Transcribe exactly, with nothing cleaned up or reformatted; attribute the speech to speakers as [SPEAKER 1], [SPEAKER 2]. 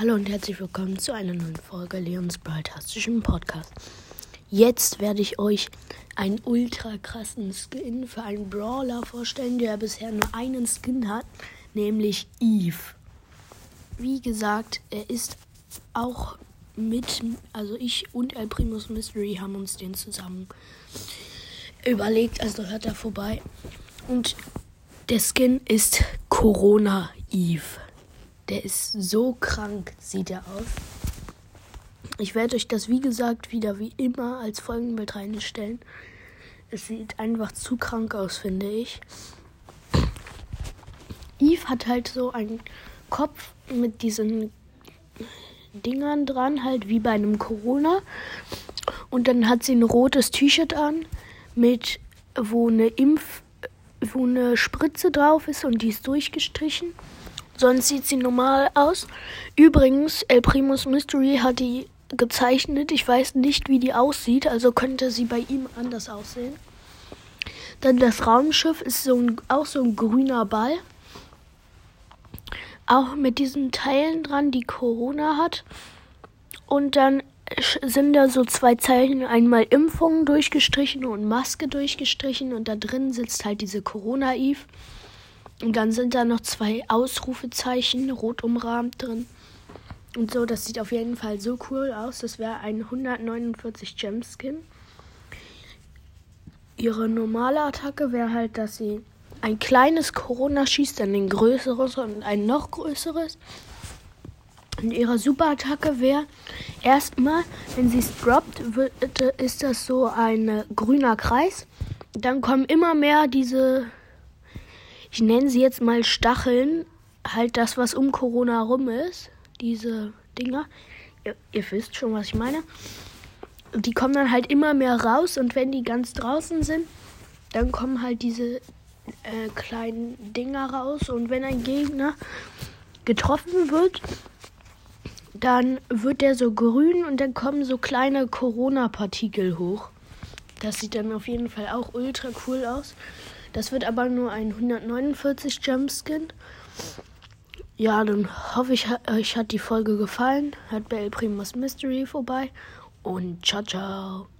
[SPEAKER 1] Hallo und herzlich willkommen zu einer neuen Folge Leons Brawltastischen Podcast. Jetzt werde ich euch einen ultra krassen Skin für einen Brawler vorstellen, der bisher nur einen Skin hat, nämlich Eve. Wie gesagt, er ist auch mit, also ich und El Primus Mystery haben uns den zusammen überlegt, also hört da vorbei. Und der Skin ist Corona Eve. Der ist so krank, sieht er aus. Ich werde euch das, wie gesagt, wieder wie immer als Folgenbild reinstellen. Es sieht einfach zu krank aus, finde ich. Eve hat halt so einen Kopf mit diesen Dingern dran, halt wie bei einem Corona. Und dann hat sie ein rotes T-Shirt an, mit wo eine Impf, wo eine Spritze drauf ist und die ist durchgestrichen. Sonst sieht sie normal aus. Übrigens, El Primus Mystery hat die gezeichnet. Ich weiß nicht, wie die aussieht, also könnte sie bei ihm anders aussehen. Dann das Raumschiff ist so ein, auch so ein grüner Ball. Auch mit diesen Teilen dran, die Corona hat. Und dann sind da so zwei Zeichen, einmal Impfung durchgestrichen und Maske durchgestrichen. Und da drin sitzt halt diese Corona-Eve. Und dann sind da noch zwei Ausrufezeichen, rot umrahmt drin. Und so, das sieht auf jeden Fall so cool aus. Das wäre ein hundertneunundvierzig Gem Skin. Ihre normale Attacke wäre halt, dass sie ein kleines Corona schießt, dann ein größeres und ein noch größeres. Und ihre Superattacke wäre erstmal, wenn sie es droppt, wird, ist das so ein grüner Kreis. Dann kommen immer mehr diese, ich nenne sie jetzt mal Stacheln, halt das, was um Corona rum ist, diese Dinger. Ihr, ihr wisst schon, was ich meine. Die kommen dann halt immer mehr raus und wenn die ganz draußen sind, dann kommen halt diese äh, kleinen Dinger raus. Und wenn ein Gegner getroffen wird, dann wird der so grün und dann kommen so kleine Corona-Partikel hoch. Das sieht dann auf jeden Fall auch ultra cool aus. Das wird aber nur ein hundertneunundvierzig Gem Skin. Ja, dann hoffe ich, euch hat die Folge gefallen. Hört bei El Primus Mystery vorbei. Und ciao, ciao.